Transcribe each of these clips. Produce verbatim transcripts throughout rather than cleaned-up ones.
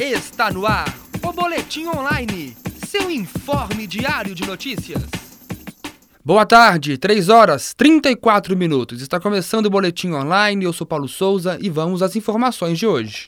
Está no ar o Boletim Online, seu informe diário de notícias. Boa tarde, três horas, trinta e quatro minutos. Está começando o Boletim Online, eu sou Paulo Souza e vamos às informações de hoje.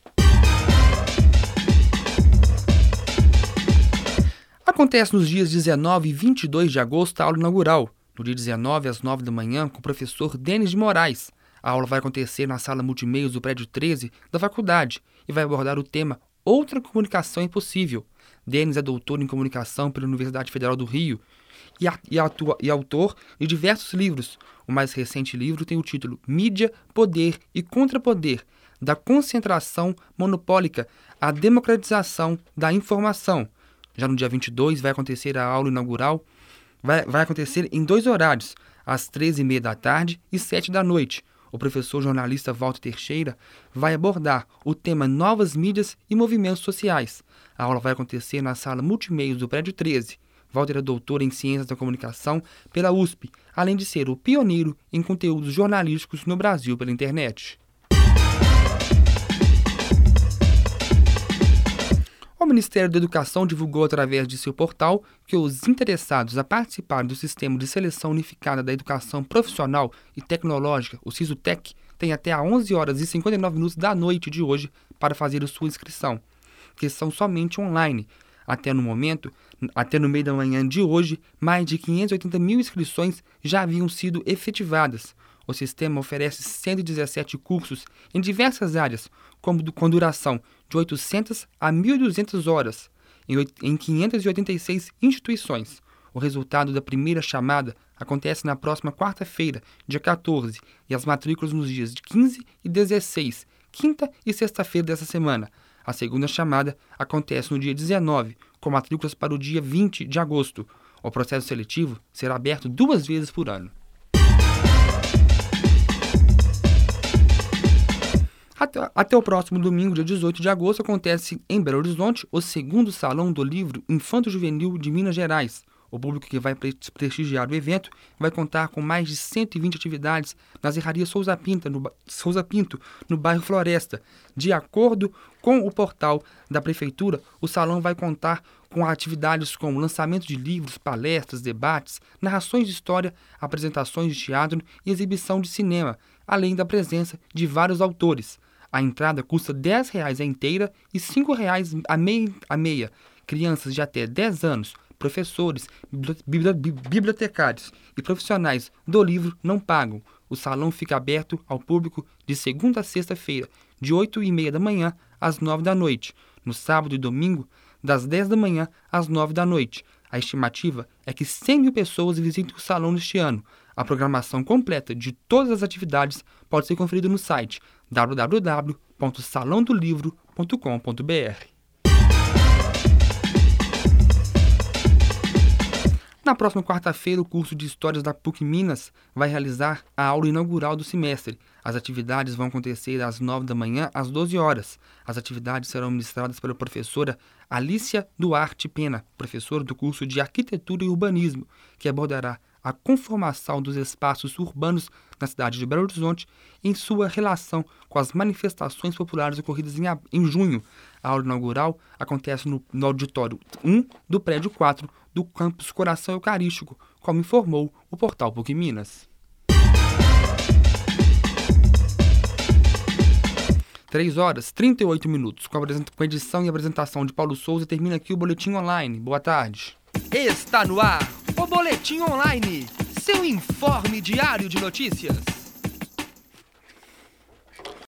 Acontece nos dias dezenove e vinte e dois de agosto a aula inaugural. No dia dezenove, às nove da manhã, com o professor Denis de Moraes. A aula vai acontecer na sala multimeios do prédio treze da faculdade e vai abordar o tema Outra Comunicação Impossível. Denis é doutor em comunicação pela Universidade Federal do Rio e, a, e, atua, e autor de diversos livros. O mais recente livro tem o título Mídia, Poder e Contrapoder, da concentração monopólica à democratização da informação. Já no dia vinte e dois vai acontecer a aula inaugural, vai, vai acontecer em dois horários, às treze e meia da tarde e sete da noite. O professor jornalista Walter Teixeira vai abordar o tema Novas Mídias e Movimentos Sociais. A aula vai acontecer na sala multimeios do prédio treze. Walter é doutor em Ciências da Comunicação pela U S P, além de ser o pioneiro em conteúdos jornalísticos no Brasil pela internet. O Ministério da Educação divulgou através de seu portal que os interessados a participar do Sistema de Seleção Unificada da Educação Profissional e Tecnológica, o SISUTEC, têm até às onze horas e cinquenta e nove minutos da noite de hoje para fazer a sua inscrição, que são somente online. Até no momento, até no meio da manhã de hoje, mais de quinhentas e oitenta mil inscrições já haviam sido efetivadas. O sistema oferece cento e dezessete cursos em diversas áreas, como do, com duração de oitocentas a mil e duzentas horas, em, em quinhentas e oitenta e seis instituições. O resultado da primeira chamada acontece na próxima quarta-feira, dia quatorze, e as matrículas nos dias de quinze e dezesseis, quinta e sexta-feira dessa semana. A segunda chamada acontece no dia dezenove, com matrículas para o dia vinte de agosto. O processo seletivo será aberto duas vezes por ano. Até, até o próximo domingo, dia dezoito de agosto, acontece em Belo Horizonte o segundo Salão do Livro Infanto-Juvenil de Minas Gerais. O público que vai prestigiar o evento vai contar com mais de cento e vinte atividades na Serraria Souza Pinto, no, Souza Pinto, no bairro Floresta. De acordo com o portal da Prefeitura, o salão vai contar com atividades como lançamento de livros, palestras, debates, narrações de história, apresentações de teatro e exibição de cinema, além da presença de vários autores. A entrada custa dez reais a inteira e cinco reais a meia, a meia. Crianças de até dez anos, professores, bibliotecários e profissionais do livro não pagam. O salão fica aberto ao público de segunda a sexta-feira, de oito e meia da manhã às nove da noite. No sábado e domingo, das dez da manhã às nove da noite. A estimativa é que cem mil pessoas visitem o salão neste ano. A programação completa de todas as atividades pode ser conferida no site w w w ponto salão do livro ponto com ponto b r. Na próxima quarta-feira, o curso de Histórias da P U C Minas vai realizar a aula inaugural do semestre. As atividades vão acontecer às nove da manhã às doze horas. As atividades serão ministradas pela professora Alícia Duarte Pena, professora do curso de Arquitetura e Urbanismo, que abordará a conformação dos espaços urbanos na cidade de Belo Horizonte em sua relação com as manifestações populares ocorridas em, em junho. A aula inaugural acontece no, no auditório um do prédio quatro do campus Coração Eucarístico, como informou o portal P U C Minas. três horas e trinta e oito minutos. Com a edição e apresentação de Paulo Souza, termina aqui o Boletim Online. Boa tarde. Está no ar o Boletim Online, seu informe diário de notícias.